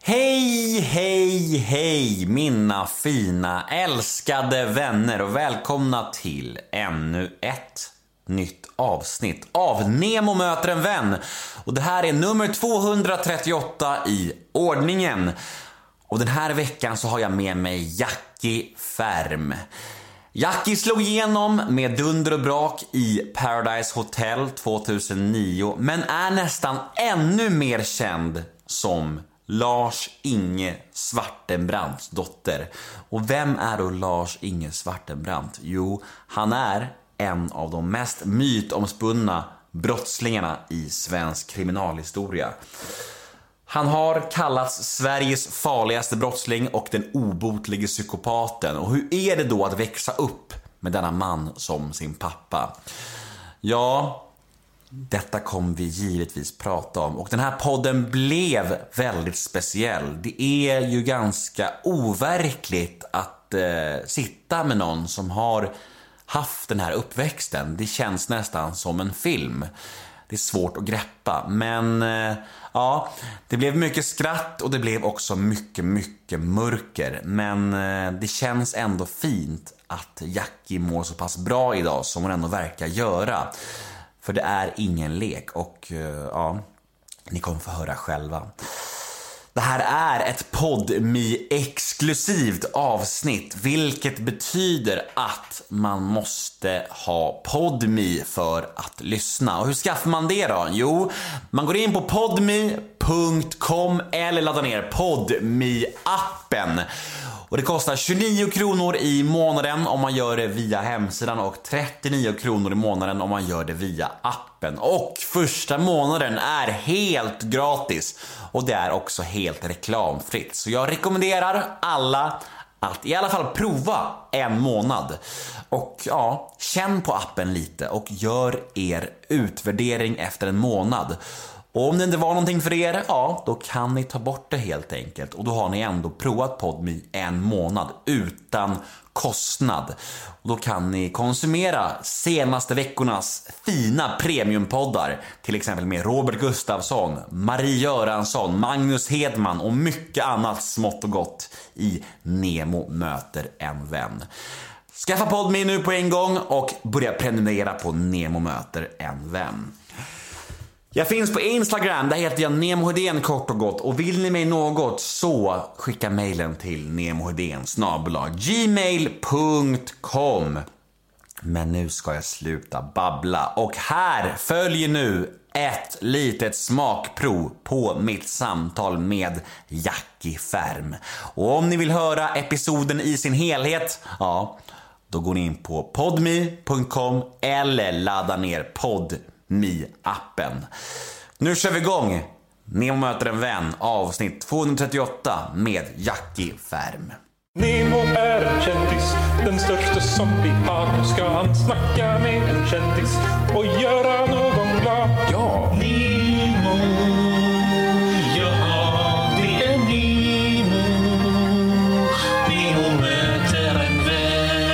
Hej, hej, hej mina fina, älskade vänner och välkomna till ännu ett nytt avsnitt av Nemo möter en vän. Och det här är nummer 238 i ordningen. Och den här veckan så har jag med mig Jackie Färm. Jackie slog igenom med dunder och brak i Paradise Hotel 2009, men är nästan ännu mer känd som Lars-Inge Svartenbrandts dotter. Och vem är då Lars-Inge Svartenbrandt? Jo, han är en av de mest mytomspunna brottslingarna i svensk kriminalhistoria. Han har kallats Sveriges farligaste brottsling och den obotlige psykopaten. Och hur är det då att växa upp med denna man som sin pappa? Ja, detta kommer vi givetvis prata om. Och den här podden blev väldigt speciell. Det är ju ganska overkligt att sitta med någon som har haft den här uppväxten. Det känns nästan som en film. Det är svårt att greppa. Men ja, det blev mycket skratt och det blev också mycket mörker. Men det känns ändå fint att Jackie mår så pass bra idag som hon ändå verkar göra. För det är ingen lek och ja, ni kommer få höra själva. Det här är ett Podme-exklusivt avsnitt, vilket betyder att man måste ha Podme för att lyssna. Och hur skaffar man det då? Jo, man går in på podme.com eller laddar ner Podme-appen. Och det kostar 29 kronor i månaden om man gör det via hemsidan och 39 kronor i månaden om man gör det via appen. Och första månaden är helt gratis och det är också helt reklamfritt. Så jag rekommenderar alla att i alla fall prova en månad. Och ja, känn på appen lite och gör er utvärdering efter en månad. Och om det inte var någonting för er, ja, då kan ni ta bort det helt enkelt. Och då har ni ändå provat Podme en månad utan kostnad. Och då kan ni konsumera senaste veckornas fina premiumpoddar. Till exempel med Robert Gustafsson, Marie Göransson, Magnus Hedman och mycket annat smått och gott i Nemo möter en vän. Skaffa Podme nu på en gång och börja prenumerera på Nemo möter en vän. Jag finns på Instagram, där heter jag Nemo Hedén kort och gott. Och vill ni mig något så skicka mejlen till nemohedén@gmail.com. Men nu ska jag sluta babbla. Och här följer nu ett litet smakprov på mitt samtal med Jackie Färm. Och om ni vill höra episoden i sin helhet, ja, då går ni in på podme.com eller laddar ner Podme-appen. Nu kör vi igång. Nemo möter en vän, avsnitt 238 med Jackie Färm. Nemo är en kändis, den största som vi har. Nu ska han snacka med en kändis och göra någon glad. Ja, Nemo, ja, det är Nemo. Nemo möter en vän.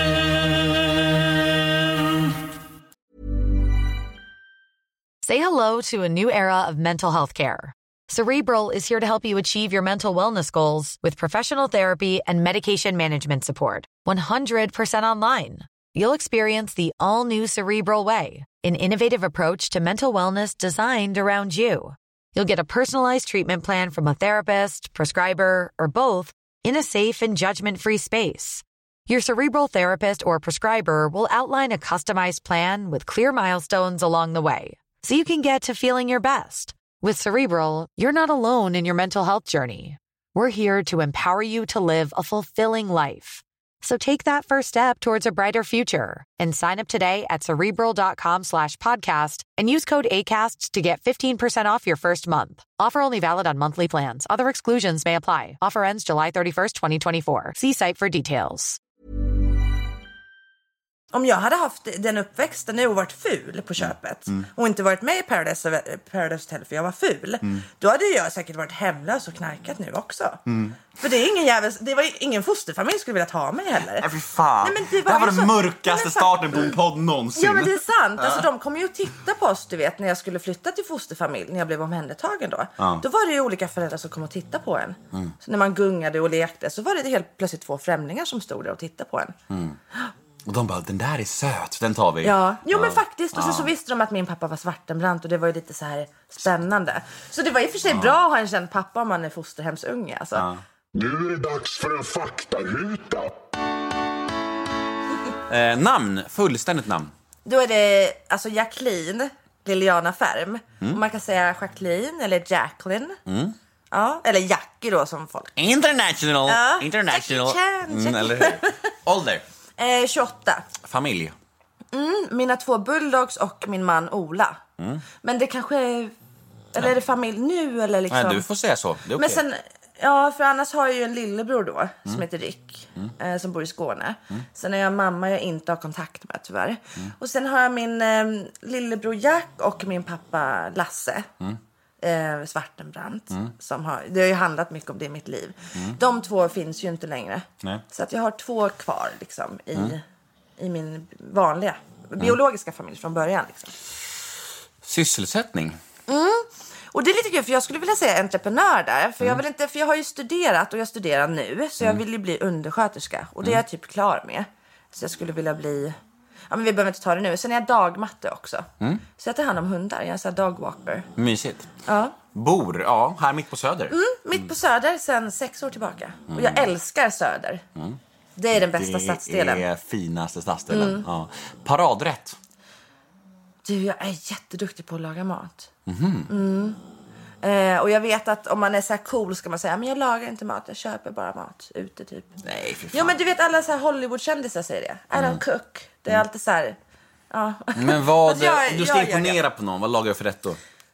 Say hello to a new era of mental health care. Cerebral is here to help you achieve your mental wellness goals with professional therapy and medication management support. 100% online. You'll experience the all-new Cerebral way, an innovative approach to mental wellness designed around you. You'll get a personalized treatment plan from a therapist, prescriber, or both in a safe and judgment-free space. Your Cerebral therapist or prescriber will outline a customized plan with clear milestones along the way, so you can get to feeling your best. With Cerebral, you're not alone in your mental health journey. We're here to empower you to live a fulfilling life. So take that first step towards a brighter future and sign up today at Cerebral.com/podcast and use code ACAST to get 15% off your first month. Offer only valid on monthly plans. Other exclusions may apply. Offer ends July 31st, 2024. See site for details. Om jag hade haft den uppväxten nu och varit ful på köpet och inte varit med i Paradise Hotel för jag var ful, då hade jag säkert varit hemlös och knarkat nu också. För det är det var ingen fosterfamilj skulle vilja ta mig heller. Nej, fy fan. Nej, men det här var den så, mörkaste starten på en podd någonsin. Ja, men det är sant. Alltså, de kom ju att titta på oss, du vet, när jag skulle flytta till fosterfamilj, när jag blev omhändertagen då. Då var det ju olika föräldrar som kom och titta på en. Så när man gungade och lekte så var det helt plötsligt 2 främlingar som stod där och tittade på en. Och de bara, den där är söt, den tar vi. Ja, jo men faktiskt. Och så visste de att min pappa var Svartenbrandt och det var ju lite så här spännande. Så det var i och för sig bra att ha en känd pappa om man är fosterhemsunge. Alltså. Nu är det dags för en faktaruta. Namn, fullständigt namn. Då är det alltså Jacqueline Liliana Färm. Och man kan säga Jacqueline eller Jacqueline. Ja, eller Jackie då som folk. International. Ja, International. Jackie Chan, Eller hur? Ålder. 28. Familj. Mina 2 bulldogs och min man Ola. Men det kanske är... Eller är det familj nu eller liksom... Nej, du får säga så. Det är okej. Men sen... Ja, för annars har jag ju en lillebror då som heter Rick, som bor i Skåne. Sen är jag mamma jag inte har kontakt med tyvärr. Och sen har jag min lillebror Jack och min pappa Lasse. Svartenbrandt som det har ju handlat mycket om det i mitt liv. De 2 finns ju inte längre. Nej. Så att jag har 2 kvar liksom i min vanliga biologiska familj från början liksom. Sysselsättning. Och det är lite kul för jag skulle vilja säga entreprenör där. För jag vill inte, för jag har ju studerat och jag studerar nu. Så jag vill ju bli undersköterska. Och det är jag typ klar med. Så jag skulle vilja bli... Ja, men vi behöver inte ta det nu. Sen är jag dagmatte också. Så jag tar hand om hundar. Jag är en sån här dogwalker. Mysigt. Ja. Bor, här mitt på Söder. Mitt på Söder sen 6 år tillbaka. Och jag älskar Söder. Det är den bästa stadsdelen. Det är finaste stadsdelen. Ja. Paradrätt. Du, jag är jätteduktig på att laga mat. Och jag vet att om man är så här cool ska man säga men jag lagar inte mat, jag köper bara mat ute typ. Nej, för fan. Jo, men du vet alla så här Hollywood-kändisar säger det. I don't cook. Det är alltid så här. Ja. Men vad, Alltså, du ska imponera på någon. Vad lagar du för rätt då?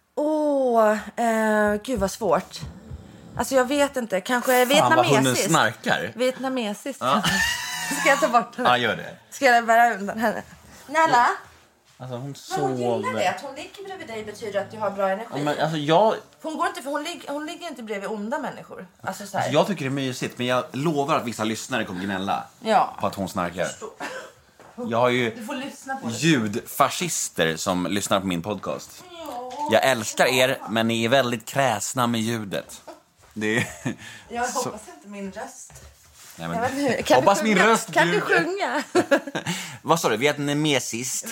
Gud vad svårt. Alltså jag vet inte, kanske Fan, vad hunden vietnamesiskt. snarkar. Vietnamesiskt. Ska jag ta bort henne? Ja, gör det. Ska jag bära undan henne? Nella? Alltså hon Men hon gillar det. sover. Att hon ligger bredvid dig betyder att du har bra energi. Ja, men alltså jag Hon går inte, för hon ligger inte bredvid onda människor. Alltså så här. jag tycker det är mysigt, men jag lovar att vissa lyssnare kommer gnälla på att hon snarkar. Jag har ju Du får lyssna på det. ljudfascister som lyssnar på min podcast. Jag älskar er, men ni är väldigt kräsna med ljudet. Det är... Jag hoppas inte min röst. Nej, Jag men... vet inte, kan Hoppas du min sjunga? röst Kan du duger. sjunga? Vad sa du? Vietnamesiskt?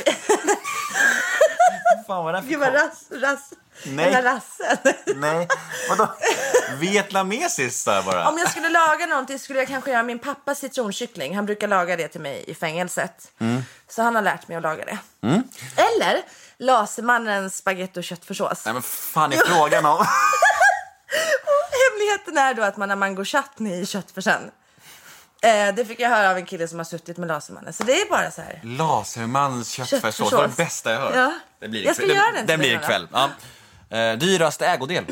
Fan, vad är det Gud för vad Nej. den här rassen. Nej, vadå? Vietnamesiskt sa jag bara. Om jag skulle laga någonting skulle jag kanske göra min pappas citronkyckling. Han brukar laga det till mig i fängelset. Så han har lärt mig att laga det. Eller Lasermannens spagetti och köttfärssås. Nej, men fan är frågan om... Hemligheten är då att man har mango chutney i köttfärsen. Det fick jag höra av en kille som har suttit med Lasermannen. Så det är bara så här. Lasermans köttfärssås, det var det bästa jag hört. Ja. Det blir Jag ska ikväll. göra den Den blir till ikväll. Ja. Dyraste ägodel?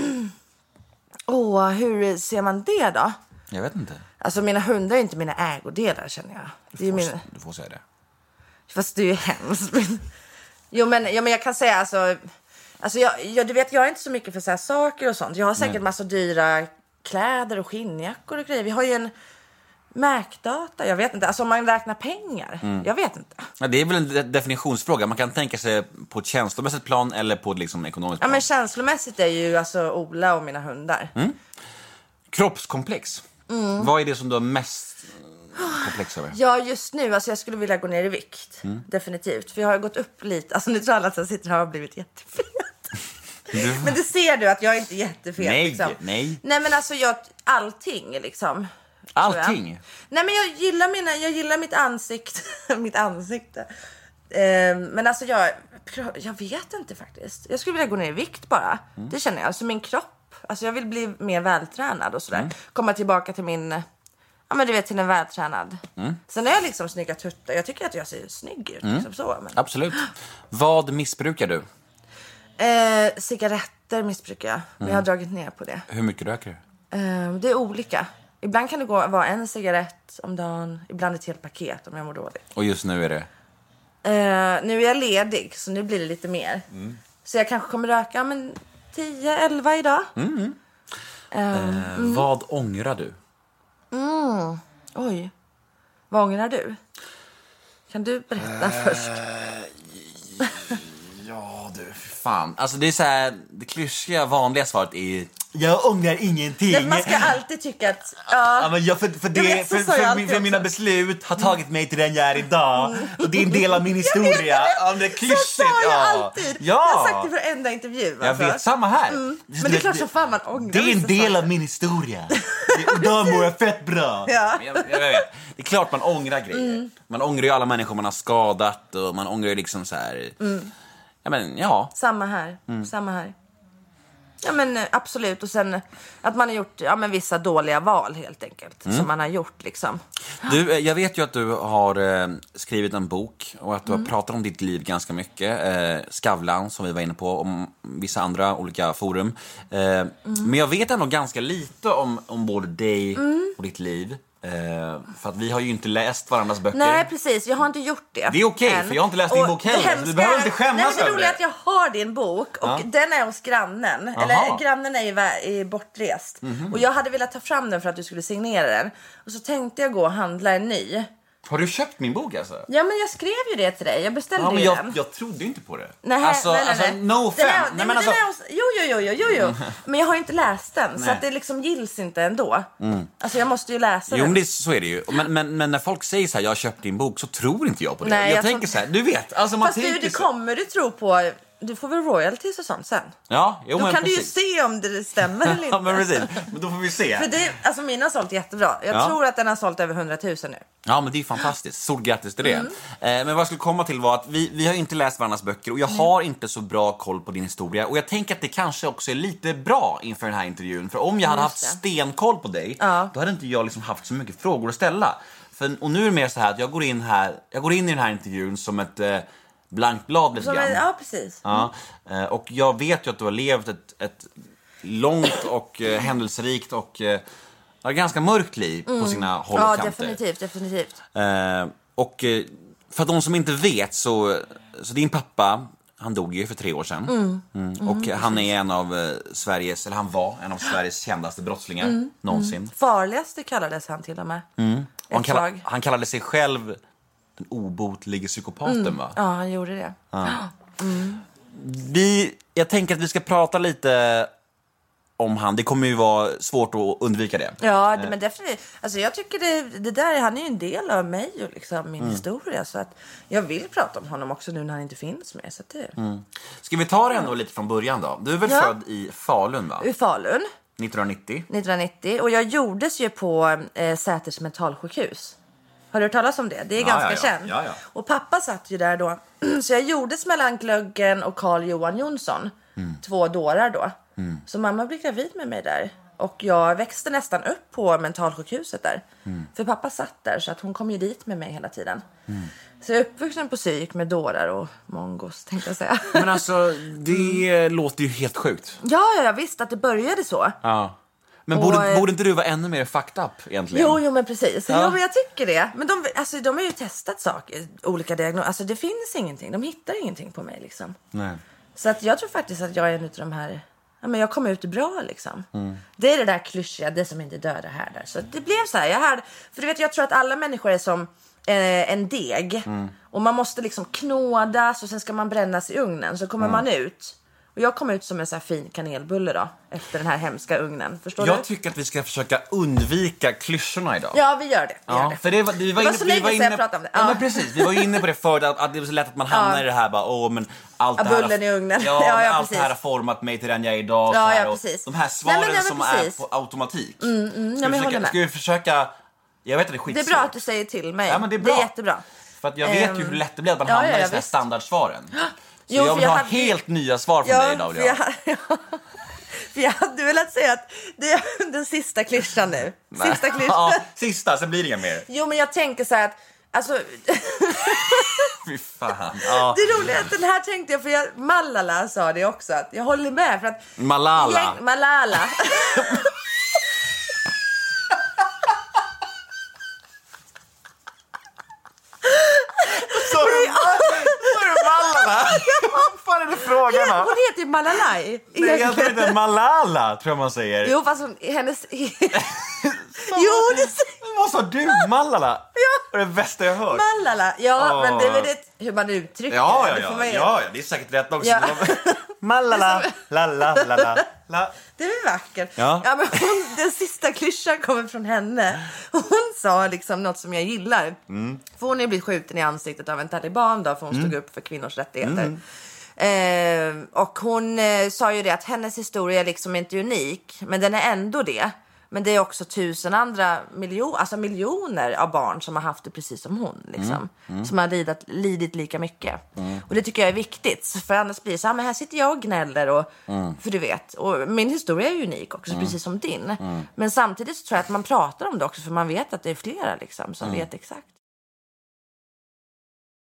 Hur ser man det då? Jag vet inte. Alltså mina hundar är inte mina ägodelar känner jag. Det är mina... Du får säga det. Fast det är ju hemskt. Jo men jag kan säga alltså du vet jag är inte så mycket för så här saker och sånt. Jag har säkert massa dyra kläder och skinnjackor och grejer. Vi har ju en Mac-data, jag vet inte. Alltså om man räknar pengar, jag vet inte. Ja, det är väl en definitionsfråga. Man kan tänka sig på ett känslomässigt plan eller på ett liksom ekonomiskt plan. Ja men känslomässigt är ju alltså Ola och mina hundar. Kroppskomplex. Vad är det som du har mest komplex över? Ja just nu, alltså jag skulle vilja gå ner i vikt. Definitivt, för jag har gått upp lite. Alltså nu tror alla att jag sitter här och har blivit jättefet. Men det ser du att jag är inte jättefet. Nej, liksom. nej. Nej men alltså allting liksom. Allting? Nej men jag gillar mitt ansikte. Mitt ansikte. Men alltså jag vet inte faktiskt. Jag skulle vilja gå ner i vikt bara. Det känner jag. Alltså min kropp. Alltså jag vill bli mer vältränad och sådär. Komma tillbaka till min... Ja men du vet, till en vältränad. Sen är jag liksom snygga tuttar. Jag tycker att jag ser snygg ut liksom så. Men... Absolut. Vad missbrukar du? Cigaretter missbrukar jag. Men jag har dragit ner på det. Hur mycket röker du? Det är olika. Ibland kan det vara en cigarett om dagen. Ibland ett helt paket om jag mår dåligt. Och just nu är det? Nu är jag ledig, så nu blir det lite mer. Så jag kanske kommer röka 10-11 idag. Vad ångrar du? Oj, vad ångrar du? Kan du berätta först? Ja, du, fan. Alltså det är så här, det klyschiga vanliga svaret är jag ångrar ingenting. Men man ska alltid tycka att... Ja, men för mina beslut har tagit mig till den jag är idag. Och det är en del av min historia. Det är klyschigt. Så sa jag alltid. Ja. Jag har sagt det för varenda intervju. Jag vet, samma här. Men det är klart så fan man ångrar. Det är en del av min historia. Och då mår jag fett bra. Ja. Jag vet. Det är klart man ångrar grejer. Man ångrar ju alla människor man har skadat. Och man ångrar ju liksom så här... Samma här. Samma här. Ja men absolut. Och sen att man har gjort vissa dåliga val helt enkelt. Som man har gjort liksom. Du, jag vet ju att du har skrivit en bok. Och att du har pratat om ditt liv ganska mycket. Skavlan som vi var inne på. Om vissa andra olika forum. Men jag vet ändå ganska lite om både dig och ditt liv. För att vi har ju inte läst varandras böcker. Nej precis, jag har inte gjort det. Det är okej, för jag har inte läst din bok heller. Så du behöver inte skämmas över det. Det är roligt att jag har din bok. Och den är hos grannen. Eller grannen är ju bortrest. Och jag hade velat ta fram den för att du skulle signera den. Och så tänkte jag gå och handla en ny. Har du köpt min bok alltså? Ja men jag skrev ju det till dig. Jag beställde men ju den. Jag trodde inte på det. Nej, alltså no offense. Jo. Men jag har ju inte läst den. Nej. Så att det liksom gills inte ändå. Alltså jag måste ju läsa den. Jo men så är det ju. Men när folk säger så här, jag har köpt din bok, så tror inte jag på det. Nej, jag tänker så här, du vet. Alltså, man fast det kommer du tro på. Du får väl royalties och sånt sen. Ja, jo, då men kan precis. Du ju se om det stämmer eller inte. Ja, men precis. Men då får vi se. För det, alltså mina har sålt jättebra. Jag tror att den har sålt över 100 000 nu. Ja, men det är fantastiskt. Stort grattis till det. Men vad jag skulle komma till var att vi har inte läst varandras böcker. Och jag har inte så bra koll på din historia. Och jag tänker att det kanske också är lite bra inför den här intervjun. För om jag hade haft stenkoll på dig, då hade inte jag liksom haft så mycket frågor att ställa. Och nu är det mer så här att jag går in i den här intervjun som ett... blankt blad lite grann. Ja, precis. Ja, och jag vet ju att du har levt ett långt och händelserikt och ganska mörkt liv på sina håll och kanter. Ja, definitivt. Och för de som inte vet så din pappa, han dog ju för 3 år sedan. Och han är han var en av Sveriges kändaste brottslingar någonsin. Farligaste kallades han till och med. Och han kallade sig själv den obotlige psykopaten, va? Ja, han gjorde det. Ja. Jag tänker att vi ska prata lite om han. Det kommer ju vara svårt att undvika det. Ja, men definitivt. Alltså jag tycker det där, han är ju en del av mig och liksom min historia. Så att jag vill prata om honom också nu när han inte finns med. Så att det... Ska vi ta det ändå lite från början då? Du är väl född i Falun, va? I Falun. 1990. Och jag gjordes ju på Säters mentalsjukhus. Har du hört talas om det? Det är ganska känt. Ja. Och pappa satt ju där då. Så jag gjordes mellan Glöggen och Carl Johan Jonsson. 2 dårar då. Så mamma blev gravid med mig där. Och jag växte nästan upp på mentalsjukhuset där. För pappa satt där, så att hon kom ju dit med mig hela tiden. Så jag är uppvuxen på psyk med dårar och mongos, tänkte jag säga. Men alltså, det låter ju helt sjukt. Ja, jag visste att det började så. Ja. Men borde inte du vara ännu mer fucked up egentligen? Jo men precis. Ja. Jo, men jag tycker det. Men de har ju testat saker, olika diagnoser. Alltså det finns ingenting. De hittar ingenting på mig liksom. Nej. Så att jag tror faktiskt att jag är en av de här... Ja, men jag kom ut bra liksom. Det är det där klyschiga, det som inte döda här där. Så det blev så här. För du vet, jag tror att alla människor är som en deg. Och man måste liksom knådas och sen ska man brännas i ugnen. Så kommer man ut. Och jag kom ut som en så här fin kanelbulle då, efter den här hemska ugnen. Förstår du? Jag tycker att vi ska försöka undvika klyschorna idag. Ja, vi gör det. För vi var inne på det. Ja, men precis. Vi var ju inne på det förut, att det är så lätt att man hamnar i det här bara, men allt det här, bullen i ugnen. Allt det här har format mig till den jag är idag. Precis. De här svaren som är på automatik. Ska vi försöka... Jag vet att det är skitsvårt. Det är bra att du säger till mig. Ja, men det är bra. Det är jättebra. För att jag vet ju hur lätt det blir att man hamnar i såna här standardsvaren. Så jag vill ha helt nya svar från dig idag. För jag hade velat säga att det är den sista klyschan nu. Sista klyschan. Sista, sen blir det inga mer. Jo, men jag tänker så här att... Alltså... Fy fan. Det är roligt att den här tänkte jag, för Malala sa det också. Att jag håller med för att... Malala. heter Malalai. Nej, jag tror inte Malala, tror jag man säger. Jo, fast hennes... jo, det säger... Vad sa du? Malala? Det är det bästa jag hört. Malala, ja, men det är väl det, hur man uttrycker Ja, det är säkert rätt också. Ja. Malala, la la la la la. Det är vackert. Ja. Men den sista klyschan kommer från henne. Hon sa liksom något som jag gillar. För hon är blivit skjuten i ansiktet av en taliban då, för hon stod upp för kvinnors rättigheter. Och hon sa ju det att hennes historia liksom inte är unik, men den är ändå det. Men det är också 1000 andra miljoner av barn som har haft det precis som hon. Liksom, som har lidit lika mycket. Och det tycker jag är viktigt. För annars blir det så här, men här sitter jag och gnäller. Och, för du vet, och min historia är unik också, precis som din. Men samtidigt så tror jag att man pratar om det också, för man vet att det är flera liksom, som vet exakt.